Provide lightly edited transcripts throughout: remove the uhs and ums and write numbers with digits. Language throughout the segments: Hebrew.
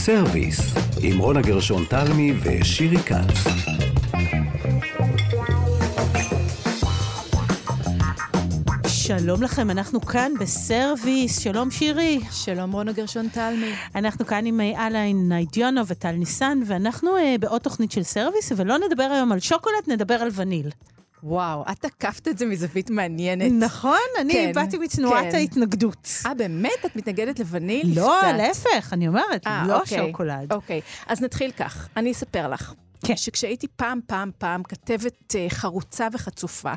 סרוויס, עם רונה גרשון תלמי ושירי כץ. שלום לכם, אנחנו כאן בסרוויס. שלום שירי. שלום רונה גרשון תלמי. אנחנו כאן עם אלין ניידיונו וטל ניסן, ואנחנו בעוד תוכנית של סרוויס, ולא נדבר היום על שוקולד, נדבר על וניל. וואו, את תקפת את זה מזווית מעניינת. נכון, אני באתי מתנועת ההתנגדות. באמת? את מתנגדת לווניל? לא, להפך, אני אומרת, לא שוקולד. אוקיי, אז נתחיל כך. אני אספר לך. שכשהייתי פעם כתבת חרוצה וחצופה,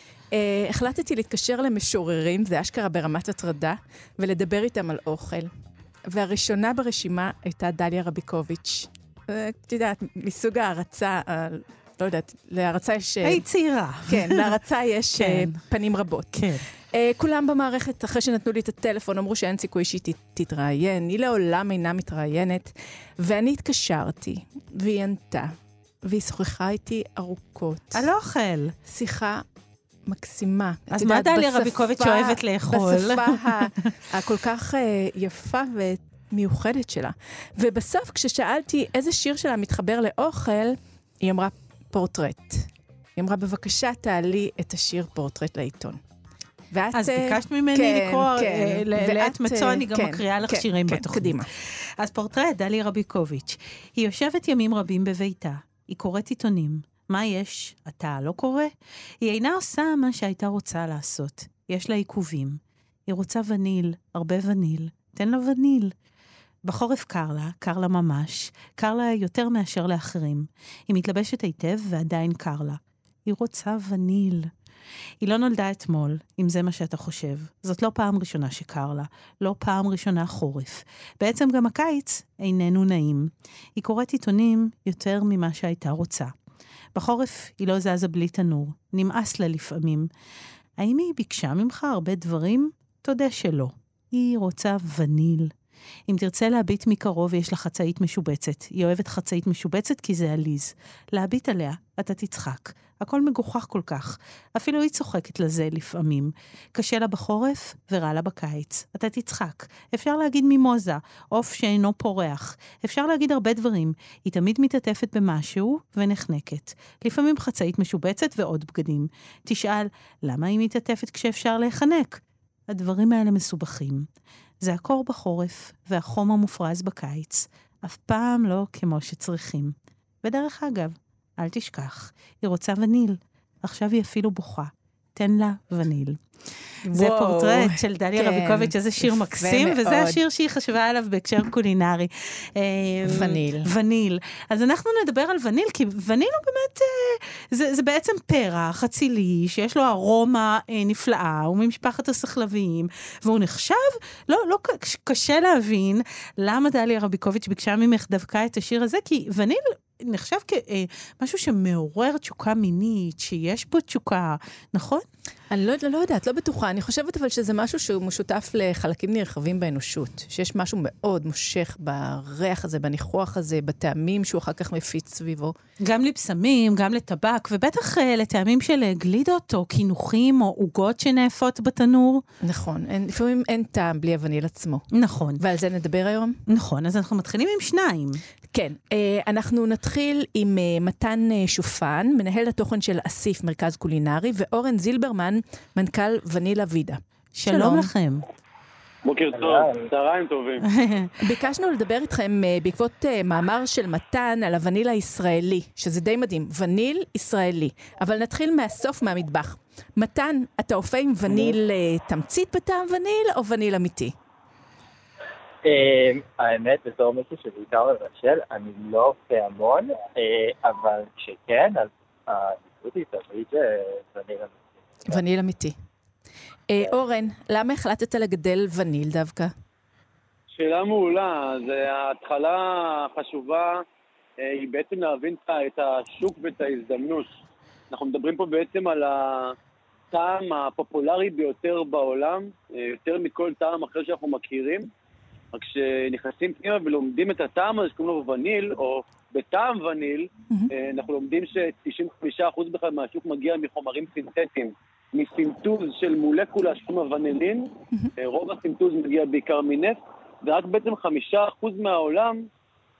החלטתי להתקשר למשוררים, זה אשכרה ברמת הטרדה, ולדבר איתם על אוכל. והראשונה ברשימה הייתה דליה רביקוביץ'. את יודעת, מסוג הערצה, לא יודעת, להרצה יש... היי צעירה. כן, להרצה יש פנים רבות. כן. כולם במערכת, אחרי שנתנו לי את הטלפון, אמרו שאין סיכוי שהיא תתראיין. היא לעולם אינה מתראיינת. ואני התקשרתי, והיא ענתה, והיא שוחחה איתי ארוכות. על אוכל. שיחה מקסימה. אז מה דליה רביקוביץ' אוהבת לאכול? בשפה הכל כך יפה ומיוחדת שלה. ובסוף, כששאלתי איזה שיר שלה מתחבר לאוכל, היא אמרה פורטרט. היא אמרה, בבקשה, תעלי את השיר פורטרט לעיתון. אז ביקשת ממני לקרוא, לעת מצוא אני גם מקריאה לך שירים בתוכנית. קדימה. אז פורטרט, דליה רביקוביץ', היא יושבת ימים רבים בביתה, היא קוראת עיתונים. מה יש? אתה לא קורא? היא אינה עושה מה שהייתה רוצה לעשות. יש לה עיכובים. היא רוצה וניל, הרבה וניל. תן לה וניל. בחורף קר לה ממש, קר לה יותר מאשר לאחרים. היא מתלבשת היטב ועדיין קר לה. היא רוצה וניל. היא לא נולדה אתמול, אם זה מה שאתה חושב. זאת לא פעם ראשונה שקר לה, לא פעם ראשונה חורף. בעצם גם הקיץ איננו נעים. היא קוראת עיתונים יותר ממה שהייתה רוצה. בחורף היא לא זזה בלי תנור, נמאס לה לפעמים. האם היא ביקשה ממך הרבה דברים? תודה שלא. היא רוצה וניל. אם תרצה להביט מקרוב, יש לה חצאית משובצת. היא אוהבת חצאית משובצת כי זה עליז. להביט עליה, אתה תצחק. הכל מגוחך כל כך. אפילו היא צוחקת לזה לפעמים. קשה לה בחורף ורע לה בקיץ. אתה תצחק. אפשר להגיד מימוזה, עוף שאינו פורח. אפשר להגיד הרבה דברים. היא תמיד מתעטפת במשהו ונחנקת. לפעמים חצאית משובצת ועוד בגדים. תשאל, למה היא מתעטפת כשאפשר להיחנק? הדברים האלה מסובכים. זה הקור בחורף והחום המופרז בקיץ. אף פעם לא כמו שצריכים. ודרך אגב, אל תשכח, היא רוצה וניל. עכשיו היא אפילו בוכה. תן לה וניל. זה פורטרט של דליה רביקוביץ', איזה שיר מקסים, וזה השיר שהיא חשבה עליו בהקשר קולינרי. וניל. אז אנחנו נדבר על וניל, כי וניל הוא באמת, זה בעצם פרח אצילי, שיש לו ארומה נפלאה, הוא ממשפחת הסחלביים, והוא נחשב, לא קשה להבין למה דליה רביקוביץ' ביקשה ממך דווקא את השיר הזה, כי וניל נחשב כמשהו שמעורר תשוקה מינית, שיש בו תשוקה, נכון? אני לא יודעת, לא בטוחה. אני חושבת אבל שזה משהו שהוא משותף לחלקים נרחבים באנושות. שיש משהו מאוד מושך בריח הזה, בניחוח הזה, בטעמים שהוא אחר כך מפיץ סביבו. גם לבשמים, גם לטבק, ובטח לטעמים של גלידות או כינוחים או עוגות שנאפות בתנור. נכון. לפעמים אין טעם בלי הווניל עצמו. נכון. ועל זה נדבר היום? נכון, אז אנחנו מתחילים עם שניים. כן, אנחנו נתחיל עם מתן שופן, מנהל התוכן של אסיף מרכז קולינרי, ואורן זילברמן, מנכ"ל ונילה וידה. שלום לכם. בוקר טוב, צהריים טובים. ביקשנו לדבר איתכם בעקבות מאמר של מתן על הווניל הישראלי, שזה די מדהים, וניל ישראלי. אבל נתחיל מהסוף מהמטבח. מתן, אתה אופה עם וניל תמצית בטעם וניל או וניל אמיתי? האמת, בתור מישהו שבעיקר מבשל, אני לא אופה המון, אבל כשכן, אז העדיפות היא תמיד וניל אמיתי. וניל אמיתי. אורן, למה החלטת לגדל וניל דווקא? שאלה מעולה. ההתחלה החשובה היא בעצם להבין את השוק ואת ההזדמנות. אנחנו מדברים פה בעצם על הטעם הפופולרי ביותר בעולם, יותר מכל טעם אחר שאנחנו מכירים. רק כשנכנסים פנימה ולומדים את הטעם הזה שקוראים לו וניל, או בטעם וניל, אנחנו לומדים ש95% בכלל מהשוק מגיע מחומרים סינתטיים, מסימטוז של מולקולה שקוראים הוונילין, רוב הסימטוז מגיע בעיקר מנפט, ורק בעצם 5% מהעולם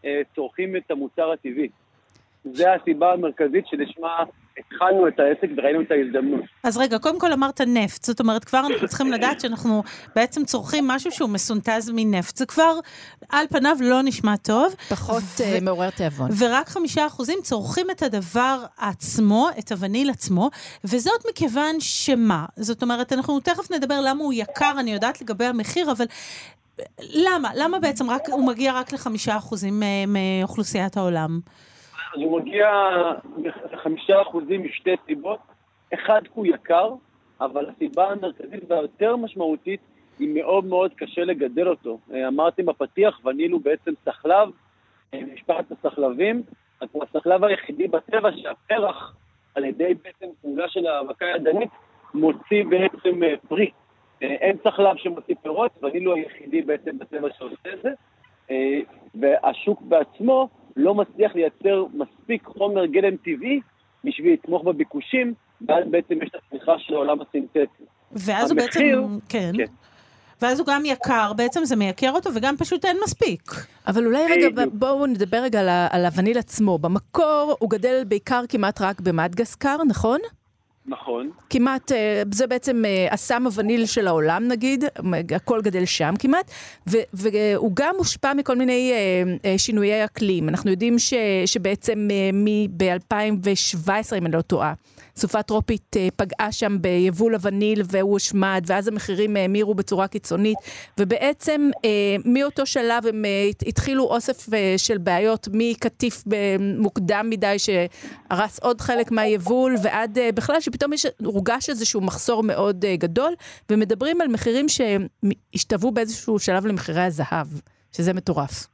צורכים את המוצר הטבעי. זה הסיבה המרכזית שלשמה התחלנו את העסק וראינו את ההזדמנות. אז רגע, קודם כל אמרת נפט, זאת אומרת, כבר אנחנו צריכים לדעת שאנחנו בעצם צורכים משהו שהוא מסונטז מנפט. זה כבר על פניו לא נשמע טוב. פחות מעורר תיאבון. ורק 5% צורכים את הדבר עצמו, את הווניל עצמו, וזאת מכיוון שמה? זאת אומרת, אנחנו תכף נדבר למה הוא יקר, אני יודעת לגבי המחיר, אבל למה? למה בעצם הוא מגיע רק ל5% מאוכלוסיית העולם? אז הוא מגיע ל5% משתי סיבות. אחד, הוא יקר, אבל הסיבה המרכזית והיותר משמעותית היא מאוד מאוד קשה לגדל אותו. אמרתי בפתיח, וניל הוא בעצם סחלב, משפחת הסחלבים, אז הוא הסחלב היחידי בטבע שהפרח, על ידי בעצם פעולה של האבקה ידנית, מוציא בעצם פרי. אין סחלב שמוציא פירות, וניל הוא היחידי בעצם בטבע שעושה את זה. והשוק בעצמו לא מצליח לייצר מספיק חומר גלם טבעי בשביל לתמוך בביקושים, ואז בעצם יש את הצמיחה של העולם הסינתטי. ואז הוא בעצם, כן. ואז הוא גם יקר, בעצם זה מייקר אותו, וגם פשוט אין מספיק. אבל אולי רגע, בואו נדבר רגע על הווניל עצמו. במקור הוא גדל בעיקר כמעט רק במדגסקר, נכון? נכון. כמעט, זה בעצם הסם הווניל של העולם נגיד, הכל גדל שם כמעט, והוא גם מושפע מכל מיני שינויי אקלים. אנחנו יודעים שבעצם ב-2017, אם אני לא טועה, סופה טרופית פגעה שם ביבול הווניל והוא הושמד, ואז המחירים האמירו בצורה קיצונית, ובעצם מאותו שלב הם התחילו אוסף של בעיות מקטיף מוקדם מדי שהרס עוד חלק מהיבול, ועד בכלל שפתאום הורגש איזשהו מחסור מאוד גדול, ומדברים על מחירים שהשתוו באיזשהו שלב למחירי הזהב, שזה מטורף.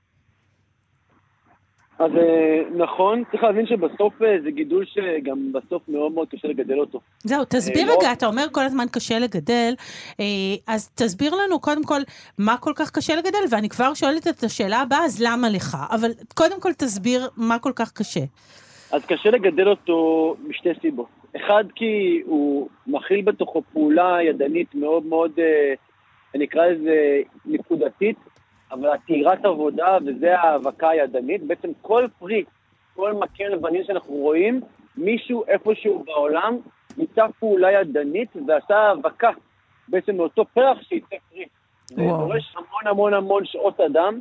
אז נכון, צריך להבין שבסוף זה גידול שגם בסוף מאוד מאוד קשה לגדל אותו. זהו, תסביר רגע, אתה אומר כל הזמן קשה לגדל, אז תסביר לנו קודם כל מה כל כך קשה לגדל, ואני כבר שואלת את השאלה הבאה, אז למה לך? אבל קודם כל תסביר מה כל כך קשה. אז קשה לגדל אותו משתי סיבות. אחד, כי הוא מכיל בתוכו פעולה ידנית מאוד מאוד, אני אקרא לזה נקודתית, אבל עתירת עבודה, וזה ההאבקה הידנית, בעצם כל פרי, כל מקל וניל שאנחנו רואים, מישהו איפשהו בעולם, ניצב פעולה ידנית, ועשה האבקה, בעצם מאותו פרח שיצא פרי. זה דורש המון המון המון שעות אדם,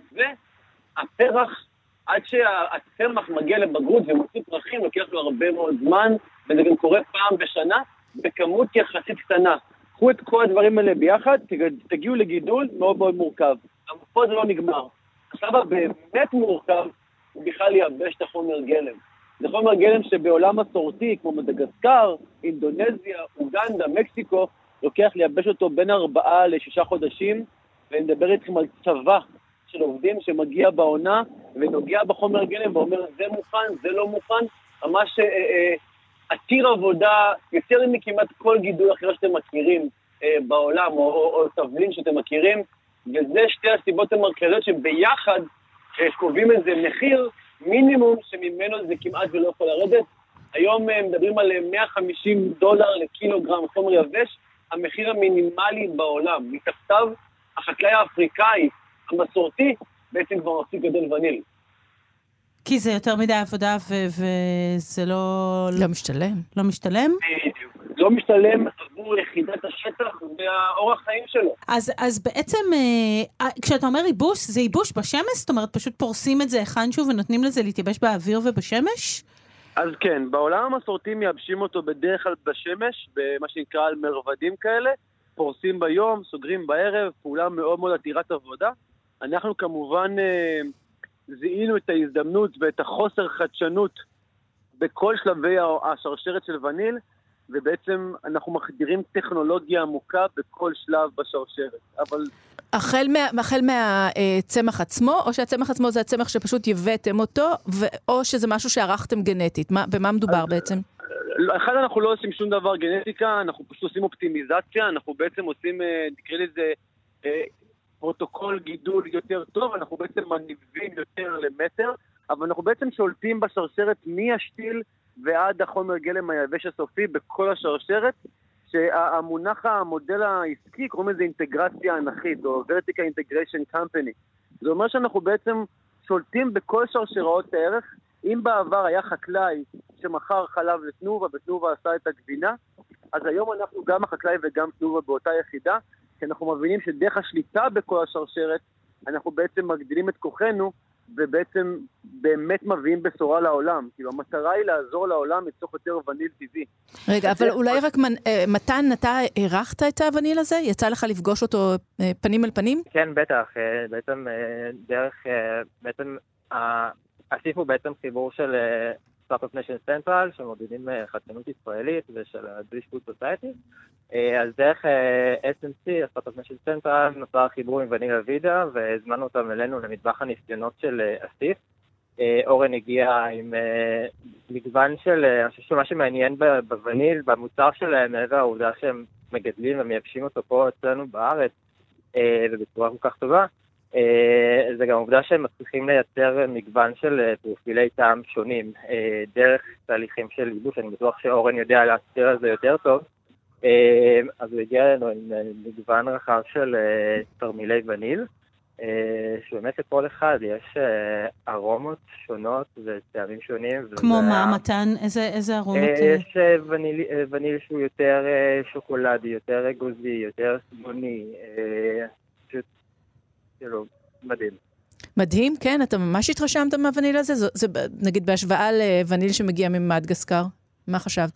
והפרח, עד שהצמח מגיע לבגרות ומוציא פרחים, לוקח לו הרבה מאוד זמן, וזה גם קורה פעם בשנה, בכמות יחסית קטנה. קחו את כל הדברים האלה ביחד, תגיעו לגידול מאוד מאוד מורכב. אבל פה זה לא נגמר. עכשיו הבאמת מורכב הוא בכלל לייבש את החומר גלם. זה חומר גלם שבעולם מסורתי, כמו מדגסקר, אינדונזיה, אוגנדה, מקסיקו, לוקח לייבש אותו בין 4 ל6 חודשים, ונדבר איתכם על צבא של עובדים שמגיע בעונה, ונוגע בחומר גלם ואומר, זה מוכן, זה לא מוכן, ממש עתיר עבודה, יותר מכמעט כל גידול אחר שאתם מכירים בעולם, או תבלין שאתם מכירים, וזה שתי הסיבות המרכזיות שביחד קובעים איזה מחיר מינימום שממנו זה כמעט ולא יכול לרדת. היום מדברים על $150 לקילוגרם חומר יבש, המחיר המינימלי בעולם. מתחתיו החקלאי האפריקאי המסורתי בעצם כבר מפסיק גדל וניל. כי זה יותר מדי עבודה וזה לא משתלם. לא משתלם? לא משתלם עבור יחידת השטח והאורח חיים שלו. אז בעצם, כשאתה אומר ייבוש, זה ייבוש בשמש? זאת אומרת, פשוט פורסים את זה היכן שוב ונותנים לזה להתייבש באוויר ובשמש? אז כן, בעולם המסורתי מייבשים אותו בדרך כלל בשמש, במה שנקרא על מרבדים כאלה, פורסים ביום, סוגרים בערב, פעולה מאוד מאוד עתירת עבודה. אנחנו כמובן זיהינו את ההזדמנות ואת החוסר חדשנות בכל שלבי השרשרת של וניל, ובעצם אנחנו מחדירים טכנולוגיה עמוקה בכל שלב בשרשרת. אבל החל מהצמח עצמו, או שהצמח עצמו זה הצמח שפשוט יבאתם אותו, או שזה משהו שערכתם גנטית? במה מדובר בעצם? אחד, אנחנו לא עושים שום דבר גנטיקה, אנחנו פשוט עושים אופטימיזציה, אנחנו בעצם עושים, נקרא לזה, פרוטוקול גידול יותר טוב, אנחנו בעצם מניבים יותר למטר, אבל אנחנו בעצם שולטים בשרשרת מהשתיל ועד החומר גלם היבש הסופי בכל השרשרת, שהמונח המודל העסקי קוראים לזה אינטגרציה אנכית, או Vertical Integration Company. זה אומר שאנחנו בעצם שולטים בכל שרשראות הערך. אם בעבר היה חקלאי שמכר חלב לתנובה, ותנובה עשה את הגבינה, אז היום אנחנו גם החקלאי וגם תנובה באותה יחידה, כי אנחנו מבינים שדרך השליטה בכל השרשרת, אנחנו בעצם מגדילים את כוחנו, ובעצם באמת מביאים בשורה לעולם. כאילו, המטרה היא לעזור לעולם לצורך יותר וניל טבעי. רגע, אבל אולי רק מתן, אתה ערכת את הווניל הזה? יצא לך לפגוש אותו פנים אל פנים? כן, בטח. בעצם דרך, בעצם הסיף הוא בעצם חיבור של סטארט-אפ ניישן סנטרל, שמודדים חדשנות ישראלית ושל ה-Jewish Food Society. אז דרך SNC, הסטארט-אפ ניישן סנטרל, נוצר חיבור עם וניל אבידה, והזמנו אותם אלינו למטבח הניסיונות של הסיף. אורן הגיע עם מגוון של, אני חושב שמה שמעניין בווניל, במוצר שלהם, מעבר העובדה שהם מגדלים ומייבשים אותו פה אצלנו בארץ, ובצורה כל כך טובה, זה גם עובדה שהם מצליחים לייצר מגוון של פרופילי טעם שונים, דרך תהליכים של ייבוש. אני בטוח שאורן יודע להסביר על זה יותר טוב, אז הוא הגיע אלינו עם מגוון רחב של תרמילי וניל, שבאמת לכל אחד יש ארומות שונות וטעמים שונים. כמו מה, מתן? איזה ארומות? יש וניל שהוא יותר שוקולדי, יותר אגוזי, יותר סבוני, פשוט כאילו מדהים. מדהים, כן, אתה ממש התרשמת מהווניל הזה? זה נגיד בהשוואה לווניל שמגיע ממדגסקר, מה חשבת?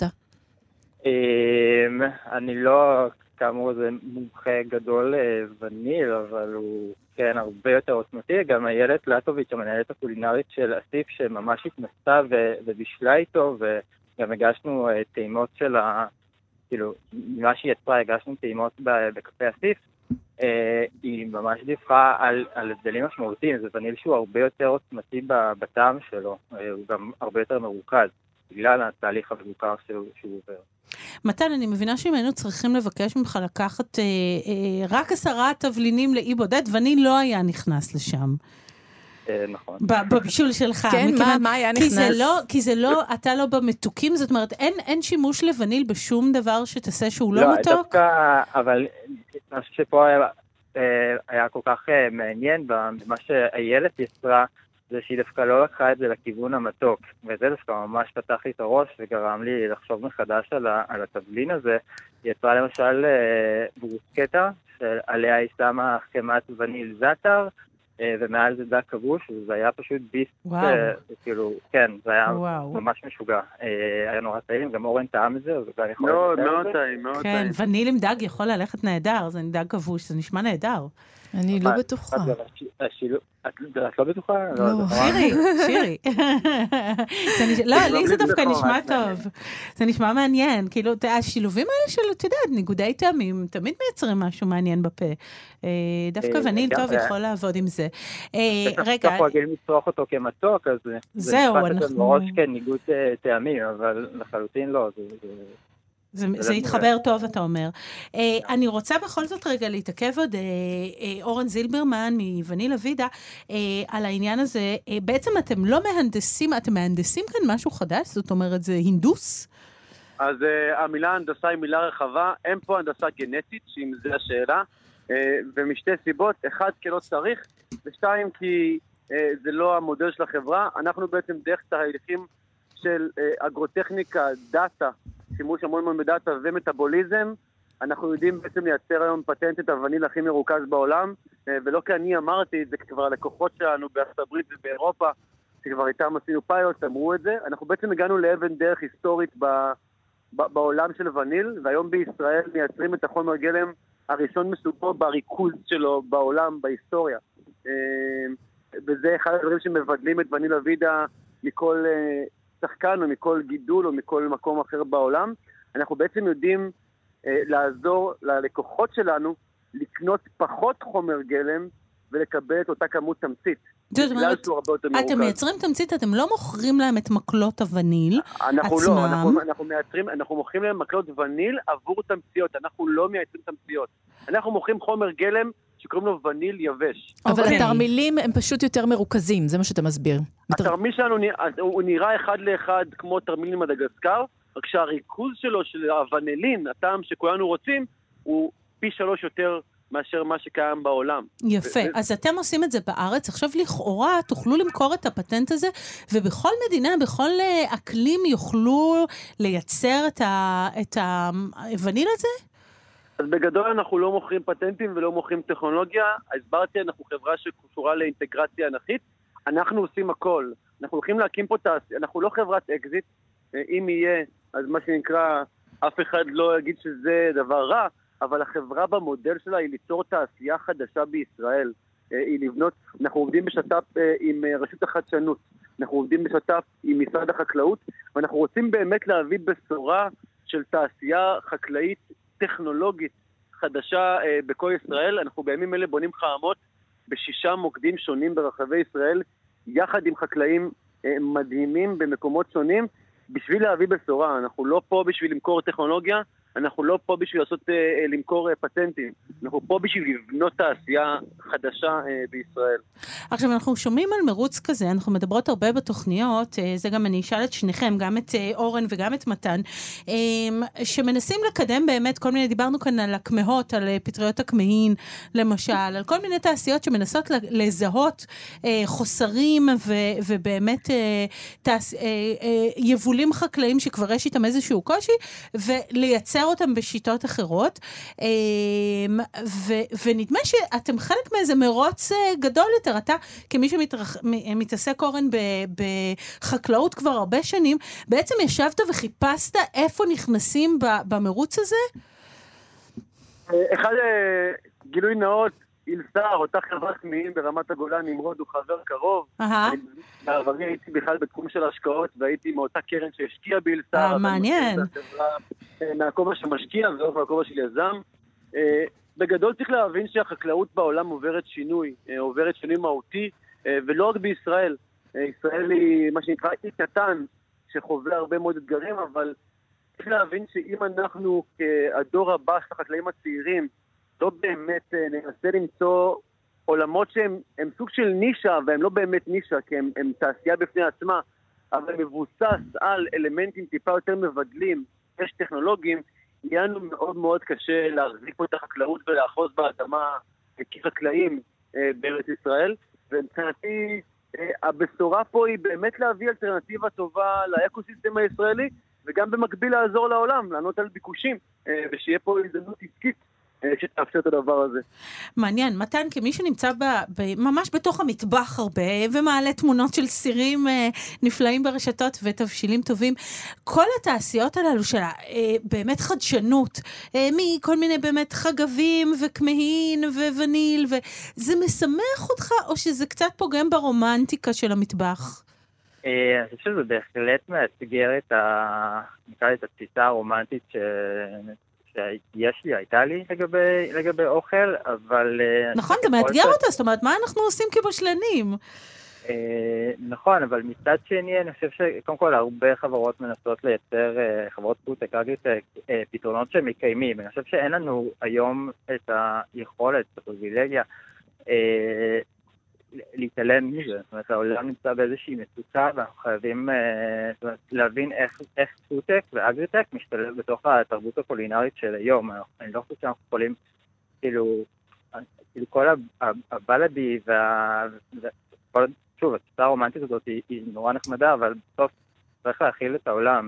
אני לא, כאמור, זה מומחה גדול וניל, אבל הוא כן הרבה יותר עוצמתי. גם איילת לטוביץ', המנהלת הקולינרית של אסיף, שממש התנסה ובישלה איתו, וגם הגשנו טעימות של כאילו, ממה שהיא יצרה, הגשנו טעימות בקפה אסיף. היא ממש דיווחה על הבדלים משמעותיים. זה וניל שהוא הרבה יותר עוצמתי בטעם שלו, הוא גם הרבה יותר מרוכז, בגלל התהליך המבוקר שהוא עובר. מתן, אני מבינה שאם היינו צריכים לבקש ממך לקחת רק 10 תבלינים לאי בודד, וניל לא היה נכנס לשם. נכון. בבישול שלך. כן, מה היה נכנס? כי זה לא, אתה לא במתוקים, זאת אומרת, אין שימוש לווניל בשום דבר שתעשה שהוא לא מתוק? לא, דווקא, אבל מה שפה היה כל כך מעניין, במה שאיילת יצרה, זה שהיא דווקא לא לקחה את זה לכיוון המתוק, וזה דווקא ממש פתח לי את הראש וגרם לי לחשוב מחדש על התבלין הזה. היא יצרה למשל ברוסקטה, שעליה היא שמה חמת וניל זאטר, ומעל זה דק כבוש, וזה היה פשוט ביסט, כאילו, כן, זה היה ממש משוגע. היה נורא טעים, גם אורן טעם את זה, אז גם יכול מאוד, מאוד טעים, מאוד טעים. כן, וניל עם דג יכול ללכת נהדר, זה דג כבוש, זה נשמע נהדר. אני לא בטוחה. את לא בטוחה? לא, שירי. לא, לי זה דווקא נשמע טוב. זה נשמע מעניין. כאילו, השילובים האלה של, אתה יודע, ניגודי טעמים, תמיד מייצרים משהו מעניין בפה. דווקא וניל טוב יכול לעבוד עם זה. רגע. אנחנו רגילים לצרוך אותו כמתוק, אז זה נשפט את מראש כניגוד טעמים, אבל לחלוטין לא. זה יתחבר טוב, אתה אומר. אני רוצה בכל זאת רגע להתעכב עוד אורן זילברמן מווניל אבידה על העניין הזה. בעצם אתם לא מהנדסים, אתם מהנדסים כאן משהו חדש? זאת אומרת, זה הינדוס? אז המילה הנדסה היא מילה רחבה. אין פה הנדסה גנטית, שאם זה השאלה, ומשתי סיבות. 1, כי לא צריך, ו2, כי זה לא המודל של החברה. אנחנו בעצם דרך תהליכים של אגרוטכניקה, דאטה, שימוש המון בדאטה ומטאבוליזם, אנחנו יודעים בעצם לייצר היום פטנט את הווניל הכי מרוכז בעולם, ולא כי אני אמרתי, זה כבר הלקוחות שלנו בארצות הברית ובאירופה, שכבר איתם עשינו פיילוט, אמרו את זה. אנחנו בעצם הגענו לאבן דרך היסטורית בעולם של וניל, והיום בישראל מייצרים את החומר גלם הראשון מסוגו בריכוז שלו בעולם, בהיסטוריה. וזה אחד הדברים שמבדלים את וניל אבידה מכל שחקן או מכל גידול או מכל מקום אחר בעולם. אנחנו בעצם יודעים לעזור ללקוחות שלנו לקנות פחות חומר גלם ולקבל את אותה כמות תמצית. זאת אומרת, אתם מייצרים תמצית, אתם לא מוכרים להם את מקלות הווניל אנחנו עצמם. לא, אנחנו מוכרים להם מקלות וניל עבור תמציות, אנחנו לא מייצרים תמציות. אנחנו מוכרים חומר גלם שקוראים לו וניל יבש. אבל התרמילים הם פשוט יותר מרוכזים, זה מה שאתה מסביר. התרמיל שלנו הוא נראה אחד לאחד כמו תרמיל ממדגסקר, רק שהריכוז שלו של הוונילין, הטעם שכולנו רוצים, הוא פי 3 יותר מאשר מה שקיים בעולם. יפה, אז אתם עושים את זה בארץ, עכשיו לכאורה תוכלו למכור את הפטנט הזה, ובכל מדינה, בכל אקלים יוכלו לייצר את הווניל הזה? אז בגדול אנחנו לא מוכרים פטנטים ולא מוכרים טכנולוגיה, הסברתי, אנחנו חברה שקשורה לאינטגרציה אנכית, אנחנו עושים הכל, אנחנו הולכים להקים פה אנחנו לא חברת אקזיט, אם יהיה, אז מה שנקרא, אף אחד לא יגיד שזה דבר רע, אבל החברה במודל שלה היא ליצור תעשייה חדשה בישראל, היא לבנות, אנחנו עובדים בשת"פ עם רשות החדשנות, אנחנו עובדים בשת"פ עם משרד החקלאות, ואנחנו רוצים באמת להביא בשורה של תעשייה חקלאית טכנולוגית חדשה בכל ישראל. אנחנו בימים אלה בונים חממות ב6 מוקדים שונים ברחבי ישראל, יחד עם חקלאים מדהימים במקומות שונים, בשביל להביא בשורה. אנחנו לא פה בשביל למכור טכנולוגיה, אנחנו לא פה בשביל למכור פטנטים, אנחנו פה בשביל לבנות תעשייה חדשה בישראל. עכשיו, אנחנו שומעים על מרוץ כזה, אנחנו מדברות הרבה בתוכניות, זה גם אני אשאל את שניכם, גם את אורן וגם את מתן, שמנסים לקדם באמת כל מיני, דיברנו כאן על הכמהות, על פטריות הכמהין, למשל, על כל מיני תעשיות שמנסות לזהות חוסרים ובאמת יבולים חקלאים שכבר יש איתם איזשהו קושי, ולייצר אותם בשיטות אחרות, ונדמה שאתם חלק מאיזה מרוץ גדול יותר. אתה, כמי שמתעסק אורן בחקלאות כבר הרבה שנים, בעצם ישבת וחיפשת איפה נכנסים במרוץ הזה? אחד, גילוי נאות, אילסר, אותה חברת כמהין ברמת הגולן, נמרוד, הוא חבר קרוב. בעברי הייתי בכלל בתחום של השקעות, והייתי מאותה קרן שהשקיעה באילסר. מעניין. מהכובע שמשקיע ולא מהכובע של יזם. בגדול צריך להבין שהחקלאות בעולם עוברת שינוי מהותי, ולא רק בישראל. ישראל היא מה שנקרא אי קטן, שחווה הרבה מאוד אתגרים, אבל צריך להבין שאם אנחנו כהדור הבא של החקלאים הצעירים, לא באמת ננסה למצוא עולמות שהם סוג של נישה, והם לא באמת נישה, כי הם תעשייה בפני עצמה, אבל מבוסס על אלמנטים טיפה יותר מבדלים, יש טכנולוגיים, יהיה לנו מאוד מאוד קשה להחזיק פה את החקלאות ולאחוז באדמה כחקלאים בארץ ישראל, ומבחינתי הבשורה פה היא באמת להביא אלטרנטיבה טובה לאקוסיסטם הישראלי, וגם במקביל לעזור לעולם, לענות על ביקושים, ושיהיה פה הזדמנות עסקית שתאפשר את הדבר הזה. מעניין, מתן, כמי שנמצא ממש בתוך המטבח הרבה, ומעלה תמונות של סירים נפלאים ברשתות ותבשילים טובים, כל התעשיות הללו שלה, באמת חדשנות, מכל מיני באמת חגבים וכמהין ווניל, וזה משמח אותך, או שזה קצת פוגם ברומנטיקה של המטבח? אני חושב שזה בהחלט מאתגר את התפיסה הרומנטית הייתה לי לגבי אוכל, אבל... נכון, זה מאתגר אותה, זאת אומרת, מה אנחנו עושים כבשלנים? נכון, אבל מצד שני, אני חושב שקודם כל הרבה חברות מנסות לייצר, חברות פודטק, אגריטק, פתרונות שהם מקיימים. אני חושב שאין לנו היום את היכולת, את הפריבילגיה, להתעלם מזה. זאת אומרת, העולם נמצא באיזושהי מצוקה, ואנחנו חייבים להבין איך פודטק ואגריטק משתלב בתוך התרבות הקולינרית של היום. אני לא חושב שאנחנו יכולים, כאילו כל הבלדי שוב, התפיסה הרומנטית הזאת היא נורא נחמדה, אבל בסוף צריך להכיל את העולם.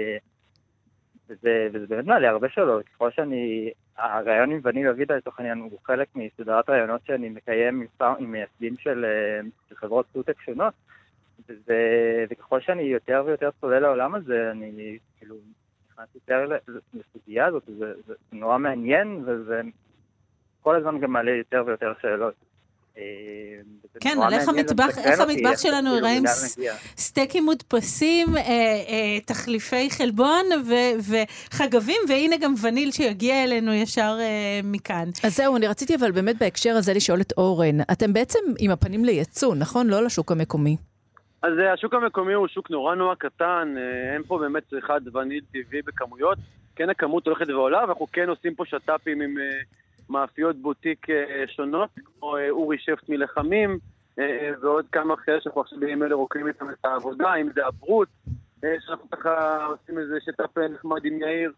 וזה באמת מעלה הרבה שאלות. ככל הרעיון עם וניל אבידה לתוך העניין הוא חלק מסדרת רעיונות שאני מקיים עם מייסדים של חברות פודטק שונות, וככל שאני יותר ויותר צולל לעולם הזה, אני כאילו נכנס יותר לסוגיה הזאת, זה נורא מעניין, וזה כל הזמן גם מעלה יותר ויותר שאלות. כן, על איך המטבח שלנו יראה עם סטייקים מודפסים, תחליפי חלבון וחגבים, והנה גם וניל שיגיע אלינו ישר מכאן. אז זהו, אני רציתי אבל באמת בהקשר הזה לשאול את אורן, אתם בעצם עם הפנים לייצוא, נכון? לא לשוק המקומי. אז השוק המקומי הוא שוק נורא קטן, אין פה באמת צריכת וניל טבעי בכמויות, כן הכמות הולכת ועולה, ואנחנו כן עושים פה שטאפים עם מאפיות בוטיק שונות, כמו אורי שפט מלחמים, ועוד כמה אחרי שאנחנו עכשיו בימים אלה רוקמים איתם את העבודה, אם זה הברוט, שאנחנו ככה עושים איזה שטאפ נחמד עם יאיר,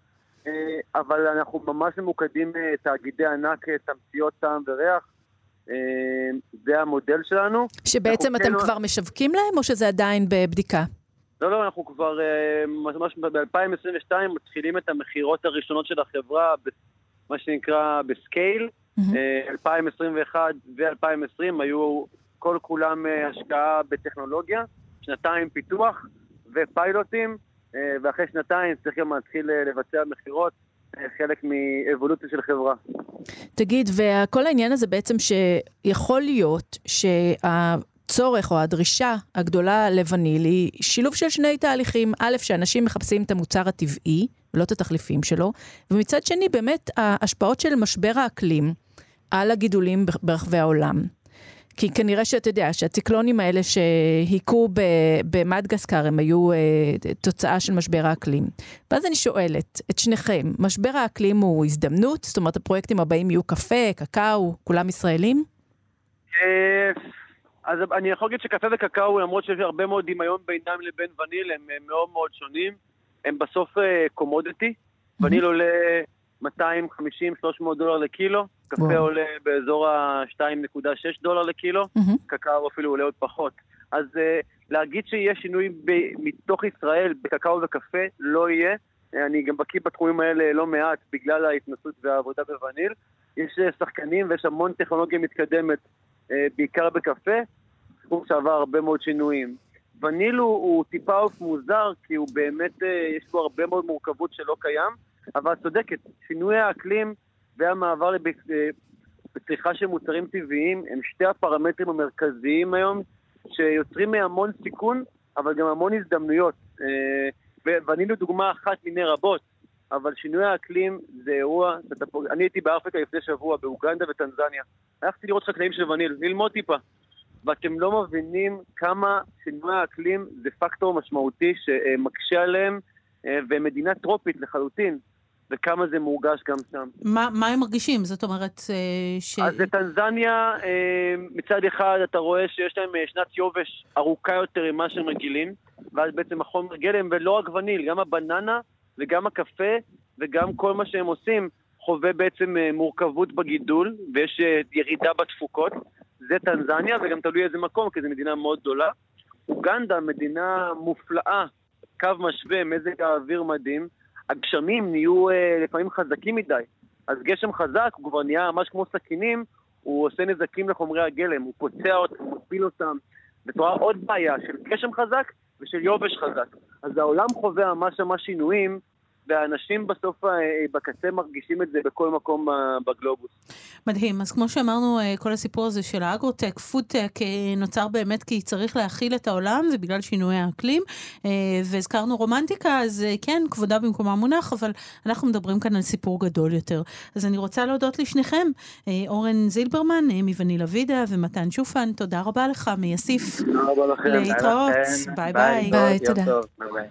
אבל אנחנו ממש ממוקדים תאגידי ענק, תמציות טעם וריח. זה המודל שלנו. שבעצם אתם כבר משווקים להם, או שזה עדיין בבדיקה? לא, אנחנו כבר ממש ב-2022 מתחילים את המחירות הראשונות של החברה, מה שנקרא בסקייל. 2021 ו-2020 היו כל כולם השקעה בטכנולוגיה, 2 פיתוח ופיילוטים, ואחרי 2 צריך גם להתחיל לבצע מחירות, חלק מאבולוציה של חברה. תגיד, וכל העניין הזה בעצם שיכול להיות שהצורך או הדרישה הגדולה לווניל היא שילוב של שני תהליכים. א', שאנשים מחפשים את המוצר הטבעי, ולא את התחליפים שלו, ומצד שני באמת ההשפעות של משבר האקלים על הגידולים ברחבי העולם. כי כנראה שאתה יודע שהציקלונים האלה שהיקו במדגסקר הם היו תוצאה של משבר האקלים. ואז אני שואלת את שניכם, משבר האקלים הוא הזדמנות? זאת אומרת, הפרויקטים הבאים יהיו קפה, קקאו, כולם ישראלים? אז אני יכול להגיד שקפה וקקאו, למרות שיש הרבה מאוד דמיון בינם לבין וניל, הם מאוד מאוד שונים. הם בסוף קומודיטי. וניל עולה $250-300 לקילו, קפה עולה באזור $2.6 לקילו, קקאו אפילו עולה עוד פחות. אז להגיד שיהיה שינוי מתוך ישראל בקקאו וקפה, לא יהיה. אני גם בקיא בתחומים האלה לא מעט, בגלל ההתנסות והעבודה בווניל. יש שחקנים ויש המון טכנולוגיה מתקדמת, בעיקר בקפה, הוא שעבר הרבה מאוד שינויים. וניל הוא טיפה אוף מוזר, כי הוא באמת, יש בו הרבה מאוד מורכבות שלא קיים, אבל צודקת, שינוי האקלים והמעבר בצריכה של מוצרים טבעיים הם שתי הפרמטרים המרכזיים היום שיוצרים מהמון סיכון, אבל גם המון הזדמנויות. ואני לדוגמה אחת מיני רבות, אבל שינוי האקלים זה אירוע, אני הייתי באפריקה לפני שבוע, באוגנדה וטנזניה. הלכתי לראות חקלאים של וניל, ללמוד טיפה. ואתם לא מבינים כמה שינוי האקלים זה פקטור משמעותי שמקשה עליהם, ומדינה טרופית לחלוטין, וכמה זה מורגש גם שם. מה הם מרגישים? זאת אומרת אז בטנזניה, מצד אחד אתה רואה שיש להם שנת יובש ארוכה יותר ממה שהם רגילים, ואז בעצם החומר גלם, ולא רק וניל, גם הבננה וגם הקפה וגם כל מה שהם עושים, חווה בעצם מורכבות בגידול, ויש ירידה בתפוקות. זה טנזניה, וגם תלוי איזה מקום, כי זו מדינה מאוד גדולה. אוגנדה, מדינה מופלאה, קו משווה, מזג האוויר מדהים. הגשמים נהיו לפעמים חזקים מדי. אז גשם חזק, הוא כבר נהיה ממש כמו סכינים, הוא עושה נזקים לחומרי הגלם, הוא פוצע אותם, הוא מפיל אותם. ותראה עוד בעיה של גשם חזק ושל יובש חזק. אז העולם חווה ממש שינויים, והאנשים בסוף בקצה מרגישים את זה בכל מקום בגלובוס. מדהים. אז כמו שאמרנו, כל הסיפור הזה של האגרוטק, פודטק, נוצר באמת כי צריך להכיל את העולם, זה בגלל שינוי האקלים, והזכרנו רומנטיקה, אז כן, כבודה במקומה מונח, אבל אנחנו מדברים כאן על סיפור גדול יותר. אז אני רוצה להודות לשניכם, אורן זילברמן, מוונילה וידה, ומתן שופן, תודה רבה לך, מיסיף. תודה רבה לכם. להתראות. ביי ביי. ביי, תודה. ביי.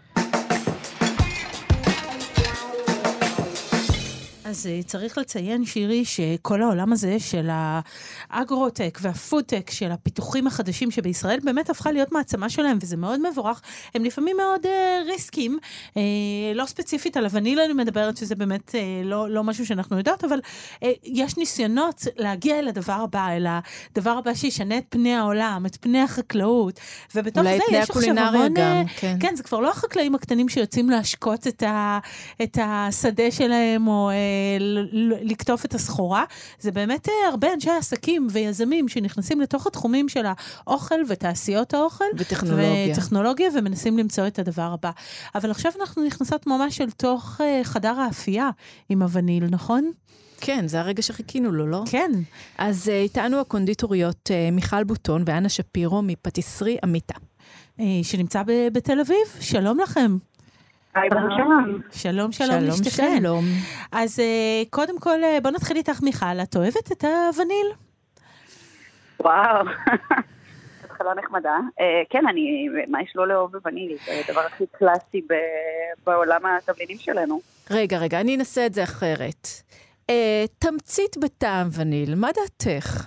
אז צריך לציין, שירי, שכל העולם הזה של האגרוטק והפודטק, של הפיתוחים החדשים שבישראל, באמת הפכה להיות מעצמה שלהם, וזה מאוד מבורך. הם לפעמים מאוד ריסקים, לא ספציפית על הוונילה אני מדברת, שזה באמת לא משהו שאנחנו יודעות, אבל יש ניסיונות להגיע אל הדבר הבא, אל הדבר הבא שישנה את פני העולם, את פני החקלאות, ובתוך זה יש עכשיו המון... כן, זה כבר לא החקלאים הקטנים שיוצאים להשקות את השדה שלהם, או לקטוף את הסחורה, זה באמת הרבה אנשי עסקים ויזמים שנכנסים לתוך התחומים של האוכל ותעשיות האוכל. וטכנולוגיה, ומנסים למצוא את הדבר הבא. אבל עכשיו אנחנו נכנסות ממש אל תוך חדר האפייה עם הווניל, נכון? כן, זה הרגע שחיכינו לו, לא? כן. אז איתנו הקונדיטוריות מיכל בוטון ואנה שפירו מפטיסרי אמיתה. שנמצא בתל אביב. שלום לכם. שלום, שלום לשתיכן. שלום. אז קודם כל, בוא נתחיל איתך מיכל, את אוהבת את הווניל? וואו, התחלה נחמדה. כן, מה יש לא לאהוב בווניל? זה הדבר הכי קלאסי בעולם התבלינים שלנו. רגע, אני אנסה את זה אחרת. תמצית בטעם וניל, מה דעתך?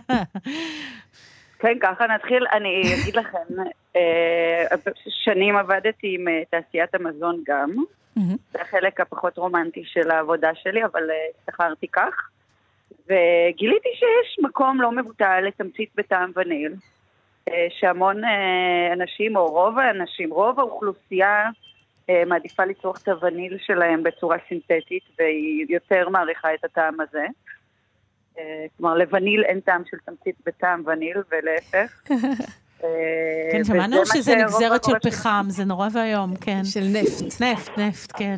כן, ככה נתחיל. אני אגיד לכם, שנים עבדתי עם תעשיית המזון גם, זה החלק הפחות רומנטי של העבודה שלי, אבל השתחררתי כך. וגיליתי שיש מקום לא מבוטל לתמצית בטעם וניל, שהמון אנשים, או רוב האנשים, רוב האוכלוסייה מעדיפה לצרוך את הווניל שלהם בצורה סינתטית, והיא יותר מעריכה את הטעם הזה. כלומר, לווניל אין טעם של תמצית בטעם וניל, ולהפך. כן, שמענו שזה נגזרת של פחם, זה נורא והיום, כן. של נפט. נפט, כן.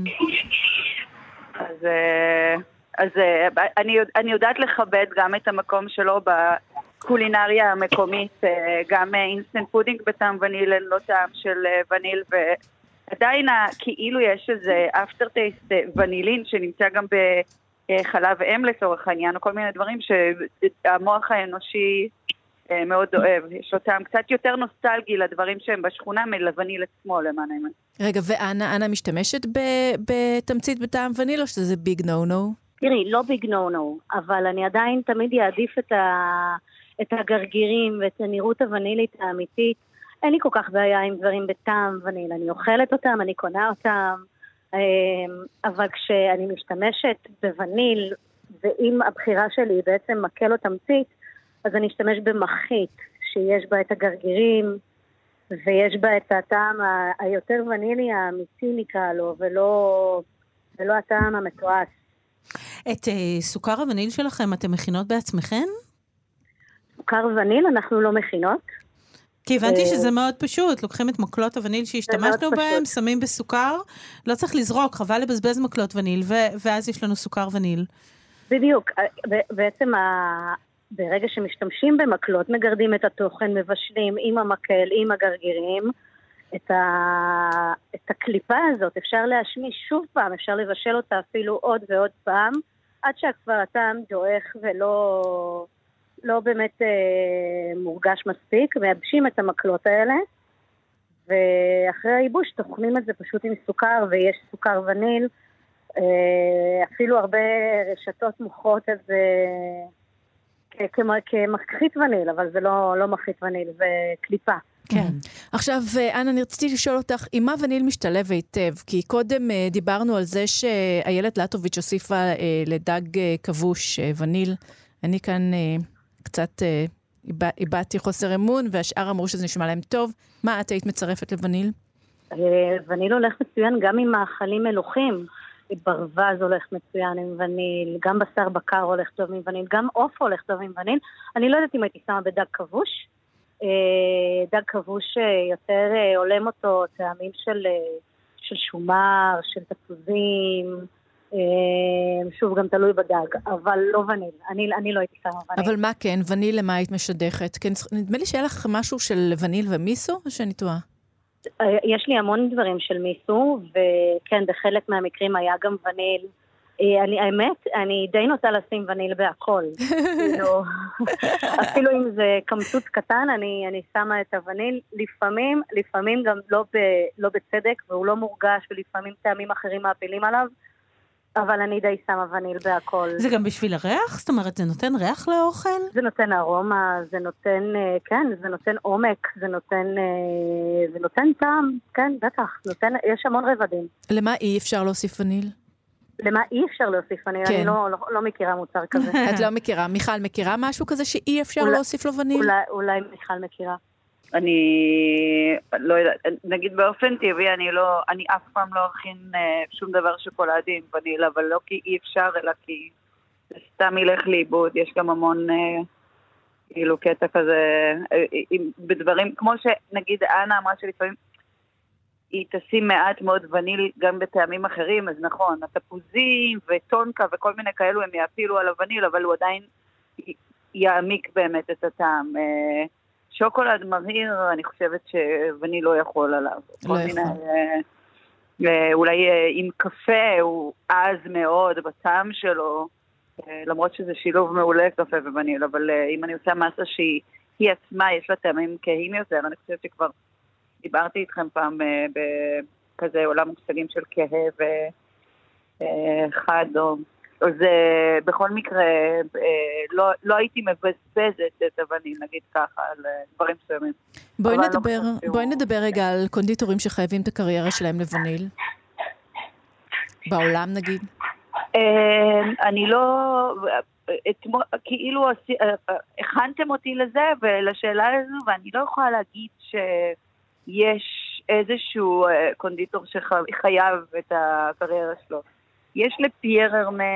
אז אני יודעת לכבד גם את המקום שלו בקולינריה המקומית, גם אינסטנט פודינג בטעם וניל, אין לו טעם של וניל, ועדיין כאילו יש איזה אפטר טייסט ונילין שנמצא גם בחלב אם לצורך העניין, או כל מיני דברים שהמוח האנושי מאוד אוהב. יש לו טעם קצת יותר נוסטלגי לדברים שהם בשכונה מלווניל עצמו, למען האמת. רגע, ואנה משתמשת בתמצית בטעם וניל, או שזה ביג נו-נו? תראי, לא ביג נו-נו, אבל אני עדיין תמיד אעדיף את הגרגירים ואת הנראות הוונילית האמיתית. אין לי כל כך בעיה עם דברים בטעם וניל. אני אוכלת אותם, אני קונה אותם, אבל כשאני משתמשת בווניל, ואם הבחירה שלי בעצם מקל או תמצית, אז אני אשתמש במחית, שיש בה את הגרגירים, ויש בה את הטעם היותר ונילי האמיתי נקרא לו, ולא הטעם המתועש. את סוכר הווניל שלכם אתם מכינות בעצמכם? סוכר וניל אנחנו לא מכינות. כי הבנתי שזה מאוד פשוט, לוקחים את מקלות הווניל שהשתמשנו בהם, שמים בסוכר, לא צריך לזרוק, חבל לבזבז מקלות וניל, ואז יש לנו סוכר וניל. בדיוק, בעצם ברגע שמשתמשים במקלות, מגרדים את התוכן, מבשלים עם המקל, עם הגרגירים, את הקליפה הזאת אפשר להשמיש שוב פעם, אפשר לבשל אותה אפילו עוד ועוד פעם, עד שהכבר הטעם דועך ולא באמת מורגש מספיק, מייבשים את המקלות האלה, ואחרי הייבוש תוכנים את זה פשוט עם סוכר, ויש סוכר וניל, אפילו הרבה רשתות מוכרות את זה כמחית וניל, אבל זה לא מחית וניל, זה קליפה. כן. עכשיו, אנה, אני רציתי לשאול אותך, עם מה וניל משתלב היטב? כי קודם דיברנו על זה שאיילת לטוביץ' הוסיפה לדג כבוש וניל. אני כאן קצת איבדתי חוסר אמון, והשאר אמרו שזה נשמע להם טוב. מה את היית מצרפת לווניל? וניל הולך מצוין גם עם מאכלים מלוכים. ברווז הולך מצוין עם וניל, גם בשר בקר הולך טוב עם וניל, גם עוף הולך טוב עם וניל. אני לא יודעת אם הייתי שמה בדג כבוש. דג כבוש יותר עולם אותו טעמים של שומר, של תפוזים, שוב גם תלוי בדג, אבל לא וניל. אני לא הייתי שמה וניל. אבל מה כן? וניל למה היית משדכת? כן, נדמה לי שהיה לך משהו של וניל ומיסו, או שאני טועה? יש לי המון דברים של מיסו, וכן, בחלק מהמקרים היה גם וניל. האמת, אני די נוטה לשים וניל בהכל. אפילו אם זה קמצוץ קטן, אני שמה את הווניל. לפעמים גם לא בצדק, והוא לא מורגש, ולפעמים טעמים אחרים מעפילים עליו, אבל אני די שמה וניל בהכל. זה גם בשביל הריח? זאת אומרת, זה נותן ריח לאוכל? זה נותן ארומה, זה נותן, כן, זה נותן עומק, זה נותן טעם, כן, בטח, יש המון רבדים. למה אי אפשר להוסיף וניל? למה אי אפשר להוסיף וניל? כן. אני לא מכירה מוצר כזה. את לא מכירה. מיכל מכירה משהו כזה שאי אפשר להוסיף לו וניל? אולי מיכל מכירה. אני לא יודעת, נגיד באופן טבעי, אני אף פעם לא אכין שום דבר שוקולדי עם וניל, אבל לא כי אי אפשר, אלא כי זה סתם ילך לאיבוד. יש גם המון כאילו קטע כזה, בדברים, כמו שנגיד אנה אמרה שלפעמים היא תשים מעט מאוד וניל גם בטעמים אחרים, אז נכון, התפוזים וטונקה וכל מיני כאלו הם יאפילו על הווניל, אבל הוא עדיין יעמיק באמת את הטעם. שוקולד מרהיר, אני חושבת שווניל לא יכול עליו. לא יכול. אולי עם קפה הוא עז מאוד בטעם שלו, למרות שזה שילוב מעולה קפה וווניל, אבל אם אני עושה מסה שהיא עצמה, יש לה טעמים כהים יותר, אני חושבת שכבר דיברתי איתכם פעם בכזה עולם מושגים של כהה וחד, אז בכל מקרה לא הייתי מבזבזת את הווניל, נגיד ככה, על דברים מסוימים. בואי נדבר רגע על קונדיטורים שחייבים את הקריירה שלהם לווניל. בעולם נגיד? אני לא... כאילו הכנתם אותי לזה ולשאלה הזו, ואני לא יכולה להגיד שיש איזשהו קונדיטור שחייב את הקריירה שלו. יש לפייר הרמה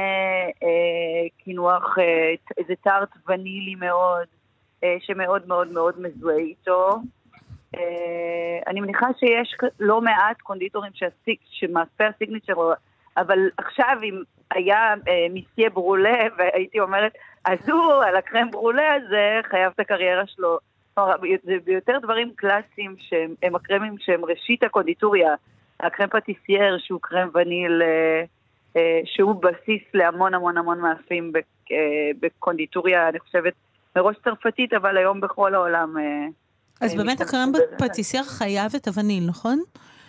כינוח איזה טארט ונילי מאוד, שמאוד מאוד מאוד מזוהה איתו. אני מניחה שיש לא מעט קונדיטורים שמאספי הסיגניצ'ר, אבל עכשיו אם היה מיסיה ברולה, והייתי אומרת, אז הוא על הקרם ברולה הזה חייב את הקריירה שלו. זה ביותר דברים קלאסיים שהם הקרמים שהם ראשית הקונדיטוריה, הקרם פטיסייר שהוא קרם וניל, שהוא בסיס להמון המון המון מאפים בקונדיטוריה, אני חושבת, מראש צרפתית, אבל היום בכל העולם. אז באמת הקרם פטיסייר חייב את הווניל, נכון?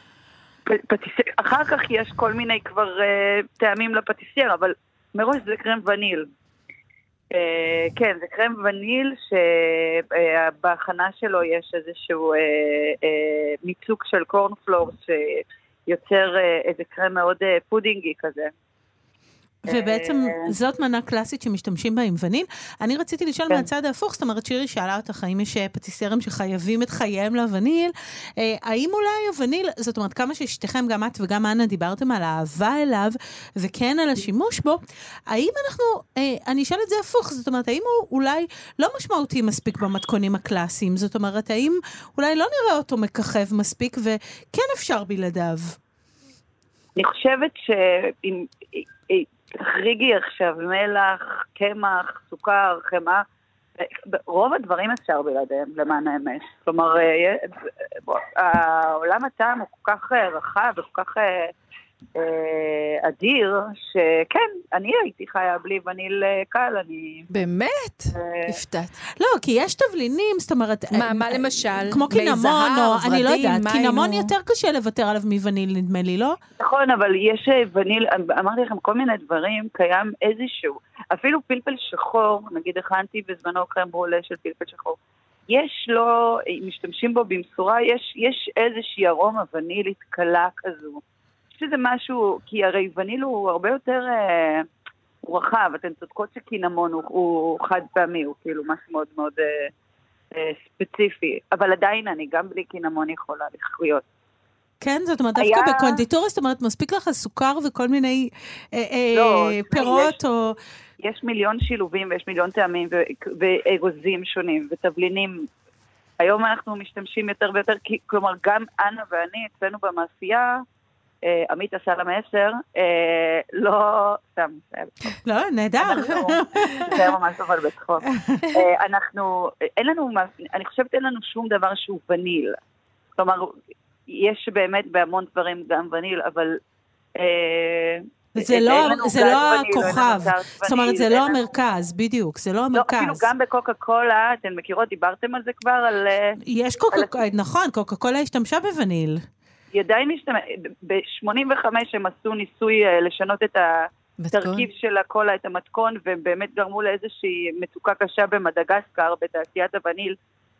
אחר כך יש כל מיני כבר טעמים לפטיסייר, אבל מראש זה קרם וניל. כן, זה קרם וניל שבהכנה שלו יש איזשהו מיצוק של קורנפלור שיוצר איזה קרם מאוד פודינגי כזה. ובעצם זאת מנה קלאסית שמשתמשים בה עם וניל. אני רציתי לשאול מהצד ההפוך, זאת אומרת שירי שאלה אותך, האם יש פטיסיירים שחייבים את חייהם לווניל, האם אולי הווניל, זאת אומרת כמה ששתיכם גם את וגם אנה דיברתם על האהבה אליו, וכן על השימוש בו, האם אנחנו, אני אשאל את זה הפוך, זאת אומרת האם הוא אולי לא משמעותי מספיק במתכונים הקלאסיים, זאת אומרת האם אולי לא נראה אותו מככב מספיק, וכן אפשר בלעדיו? אני חושבת שאם תחריגי עכשיו מלח, קמח, סוכר, חמאה, רוב הדברים אפשר בלעדיהם, למען האמת. כלומר, העולם הטעם הוא כל כך רחב וכל כך אדיר, שכן, אני הייתי חיה בלי וניל קל, אני... באמת? הפתעת. לא, כי יש תבלינים, זאת אומרת... מה למשל? כמו קינמון, או אני לא יודעת, קינמון יותר קשה לוותר עליו מווניל, נדמה לי, לא? נכון, אבל יש וניל, אמרתי לכם, כל מיני דברים, קיים איזשהו, אפילו פלפל שחור, נגיד הכנתי בזמנו קרם ברולה של פלפל שחור, יש לו, משתמשים בו במשורה, יש איזושהי ארומה ונילית קלה כזו. שזה משהו, כי הרי וניל הוא הרבה יותר רחב, אתן צודקות שקינמון הוא חד פעמי, הוא כאילו משהו מאוד מאוד ספציפי, אבל עדיין אני גם בלי קינמון יכולה לחיות. כן, זאת אומרת, דווקא בקונדיטוריה, זאת אומרת, מספיק לך סוכר וכל מיני פירות או... יש מיליון שילובים ויש מיליון טעמים ואגוזים שונים ותבלינים. היום אנחנו משתמשים יותר ויותר, כלומר גם אנה ואני אצלנו במאפייה, עמית עשה למסר, לא, סתם. לא, נהדר. זה היה ממש אבל בצחוק. אין לנו, אני חושבת אין לנו שום דבר שהוא וניל. כלומר, יש באמת בהמון דברים גם וניל, אבל... זה לא הכוכב, זאת אומרת, זה לא המרכז, בדיוק, זה לא המרכז. אפילו גם בקוקה קולה, אתן מכירות, דיברתם על זה כבר, על... יש קוקה קולה, נכון, קוקה קולה השתמשה בווניל. היא עדיין משתמש, ב-85 הם עשו ניסוי לשנות את התרכיב של הקולה, את המתכון, והם באמת גרמו לאיזושהי מצוקה קשה במדגסקר, בתעשיית הווניל,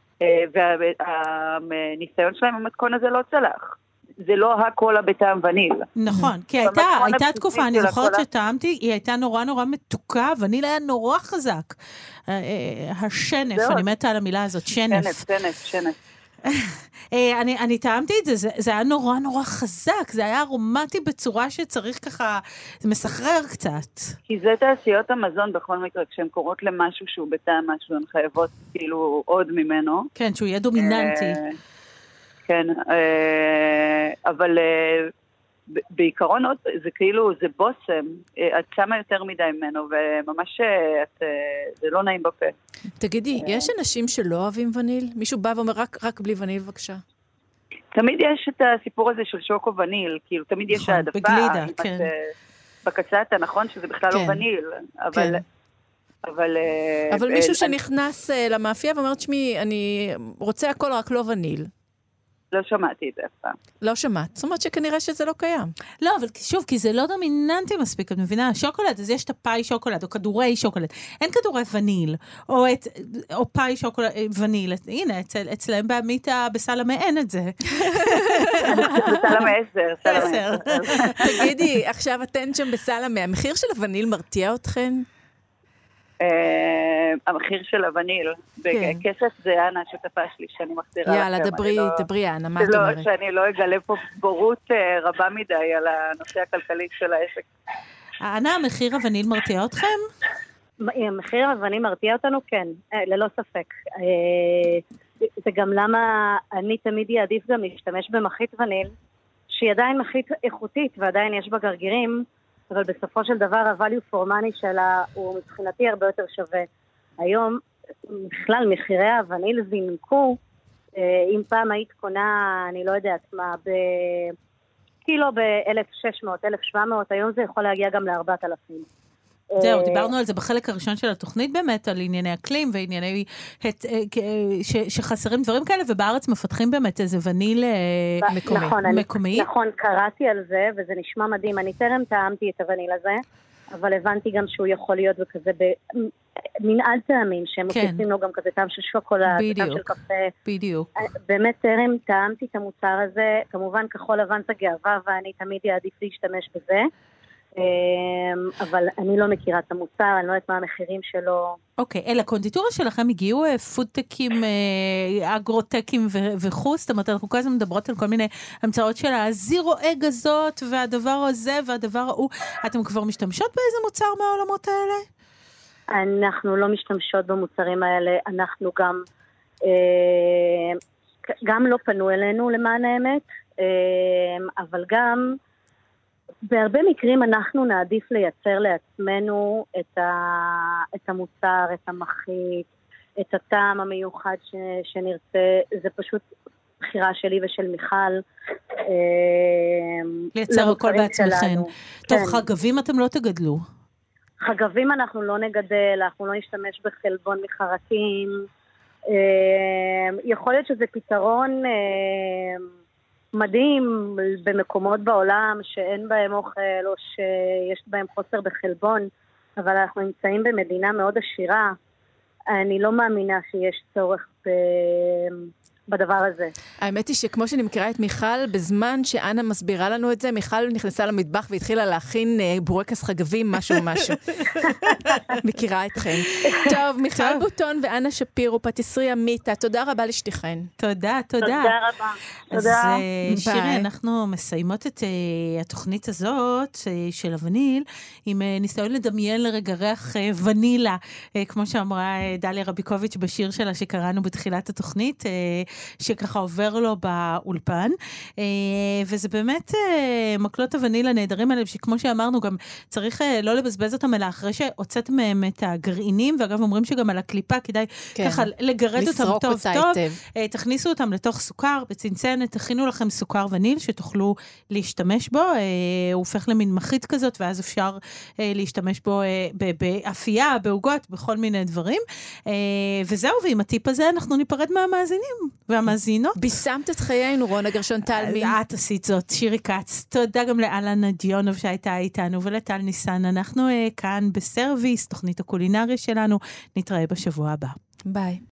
והניסיון שלהם במתכון הזה לא צלח. זה לא הקולה בטעם וניל. נכון, כי הייתה תקופה, אני זוכרת שטעמתי, היא הייתה נורא נורא מתוקה, וניל היה נורא חזק. השנף, אני מתה על המילה הזאת, שנף. שנף. אני טעמתי את זה, זה היה נורא נורא חזק, זה היה ארומטי בצורה שצריך ככה, זה מסחרר קצת. כי זה תעשיות המזון בכל מקרה, כשהן קורות למשהו שהוא בטעם משהו, הן חייבות כאילו עוד ממנו. כן, שהוא יהיה דומיננטי. כן, אבל בעיקרון זה כאילו, זה בוסם, את שמה יותר מדי ממנו, וממש זה לא נעים בפה. תגידי, יש אנשים שלא אוהבים וניל? מישהו בא ואומר, רק בלי וניל, בבקשה. תמיד יש את הסיפור הזה של שוקו וניל, כאילו תמיד יש העדפה. בגלידה, כן. בקצת, נכון שזה בכלל לא וניל, אבל מישהו שנכנס למאפייה ואומר, שמי, אני רוצה הכל רק לא וניל. לא שמעתי את זה אף פעם. לא שמעת, זאת אומרת שכנראה שזה לא קיים. לא, אבל שוב, כי זה לא דומיננטי מספיק, את מבינה, שוקולד, אז יש את הפאי שוקולד, או כדורי שוקולד. אין כדורי וניל, או פאי שוקולד וניל. הנה, אצלם בעמיתה בסלמה אין את זה. בסלמה 10. תגידי, עכשיו אתן שם בסלמה, המחיר של הווניל מרתיע אתכן? המחיר של הווניל, בכסף זה אנה, שותפה שלי, שאני מחזירה לכם. יאללה, דברי אנה, מה את אומרת? שאני לא אגלה פה בורות רבה מדי על הנושא הכלכלי של העסק. אנה, המחיר הווניל מרתיע אתכם? המחיר הווניל מרתיע אותנו, כן, ללא ספק. זה גם למה אני תמיד יעדיף גם להשתמש במחית וניל, שהיא עדיין מחית איכותית ועדיין יש בה גרגירים, אבל בסופו של דבר ה-value for money שלה הוא מבחינתי הרבה יותר שווה. היום, בכלל, מחירי הווניל זינקו, אם פעם היית קונה, אני לא יודעת מה, קילו ב-1,600, 1,700, היום זה יכול להגיע גם ל-4,000. זהו, דיברנו על זה בחלק הראשון של התוכנית באמת, על ענייני אקלים וענייני שחסרים דברים כאלה, ובארץ מפתחים באמת איזה וניל מקומי. נכון, קראתי על זה, וזה נשמע מדהים. אני טרם טעמתי את הווניל הזה, אבל הבנתי גם שהוא יכול להיות בכזה במנעד טעמים, שהם מוסיפים לו גם כזה טעם של שוקולד, טעם של קפה. בדיוק. באמת טרם טעמתי את המוצר הזה, כמובן כחול לבן זה גאווה, ואני תמיד אעדיף להשתמש בזה. אבל אני לא מכירה את המוצר, אני לא יודעת מה המחירים שלו. אוקיי, אל הקונדיטורה שלכם הגיעו פודטקים, אגרוטקים וחוס, זאת אומרת, אנחנו כל הזמן מדברות על כל מיני המצאות של הזירו אג הזאת, והדבר הזה והדבר ההוא. אתם כבר משתמשות באיזה מוצר מהעולמות האלה? אנחנו לא משתמשות במוצרים האלה, אנחנו גם לא פנו אלינו למען האמת, אבל גם בהרבה מקרים אנחנו נעדיף לייצר לעצמנו את המוצר, את המחית, את הטעם המיוחד שנרצה. זה פשוט בחירה שלי ושל מיכל. לייצר הכל בעצמכן. טוב, חגבים אתם לא תגדלו? חגבים אנחנו לא נגדל, אנחנו לא נשתמש בחלבון מחרקים. יכול להיות שזה פתרון מדהים במקומות בעולם שאין בהם אוכל או שיש בהם חוסר בחלבון, אבל אנחנו נמצאים במדינה מאוד עשירה. אני לא מאמינה שיש צורך בדבר הזה. האמת היא שכמו שאני מכירה את מיכל, בזמן שאנה מסבירה לנו את זה, מיכל נכנסה למטבח והתחילה להכין בורקס חגבים, משהו. מכירה אתכן. טוב, מיכל בוטון ואנה שפירו, פטיסריה מיטה, תודה רבה לשתיכן. תודה. תודה רבה. אז שירי, אנחנו מסיימות את התוכנית הזאת של הווניל, עם ניסיון לדמיין לרגע ריח ונילה, כמו שאמרה דליה רביקוביץ' בשיר שלה שקראנו בתחילת התוכנית, שככה עובר לו באולפן, וזה באמת מקלות הוונילה נהדרים האלה, שכמו שאמרנו גם צריך לא לבזבז אותם, אלא אחרי שהוצאתם מהם את הגרעינים, ואגב אומרים שגם על הקליפה כדאי ככה לגרד אותם טוב טוב, תכניסו אותם לתוך סוכר, בצנצנת, תכינו לכם סוכר וניל שתוכלו להשתמש בו, הוא הופך למין מחית כזאת, ואז אפשר להשתמש בו באפייה, בעוגות, בכל מיני דברים, וזהו, ועם הטיפ הזה אנחנו ניפרד מהמאזינים והמאזינות. ביסמת את חיינו, רונה גרשון תלמי. את עשית זאת, שירי קץ. תודה גם לאלנה דיונוב שהייתה איתנו, ולטל ניסן. אנחנו כאן בסרוויס, תוכנית הקולינריה שלנו. נתראה בשבוע הבא. ביי.